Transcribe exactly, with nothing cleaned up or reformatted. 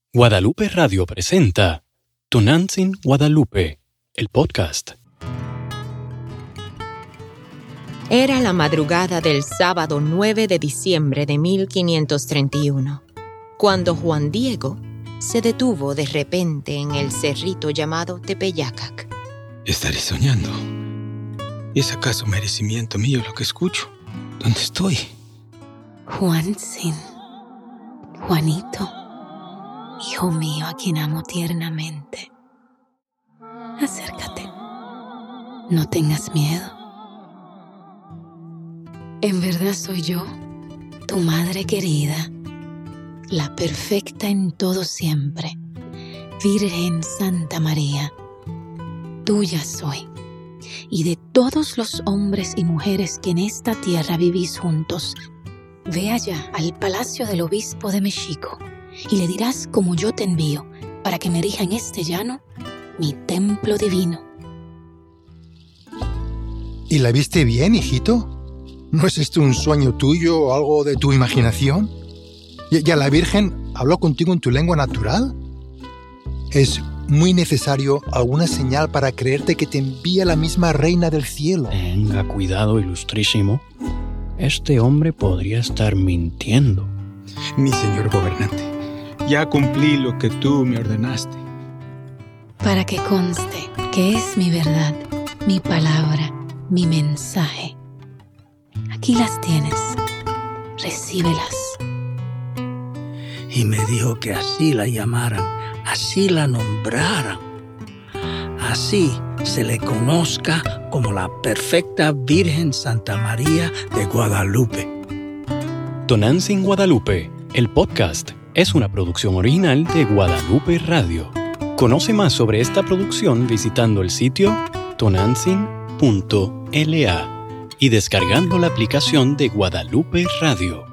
Guadalupe Radio presenta Tonantzin Guadalupe, el podcast. Era la madrugada del sábado nueve de diciembre de mil quinientos treinta y uno, cuando Juan Diego se detuvo de repente en el cerrito llamado Tepeyacac. Estaré soñando. ¿Es acaso merecimiento mío lo que escucho? ¿Dónde estoy? Juantzin, Juanito, hijo mío a quien amo tiernamente. Acércate. No tengas miedo. En verdad soy yo, tu madre querida, la perfecta en todo siempre, Virgen Santa María. Tuya soy, y de todos los hombres y mujeres que en esta tierra vivís juntos, ve allá al palacio del obispo de Mexico, y le dirás como yo te envío, para que me erija en este llano mi templo divino. ¿Y la viste bien, hijito? ¿No es esto un sueño tuyo o algo de tu imaginación? ¿Y, y a la Virgen habló contigo en tu lengua natural? Es muy necesario alguna señal para creerte que te envía la misma reina del cielo. Tenga cuidado, ilustrísimo. Este hombre podría estar mintiendo. Mi señor gobernante, ya cumplí lo que tú me ordenaste. Para que conste que es mi verdad, mi palabra, mi mensaje. Aquí las tienes. Recíbelas. Y me dijo que así la llamaran, así la nombraran. Así se le conozca como la perfecta Virgen Santa María de Guadalupe. Tonantzin Guadalupe, el podcast, es una producción original de Guadalupe Radio. Conoce más sobre esta producción visitando el sitio tonantzin punto l a y descargando la aplicación de Guadalupe Radio.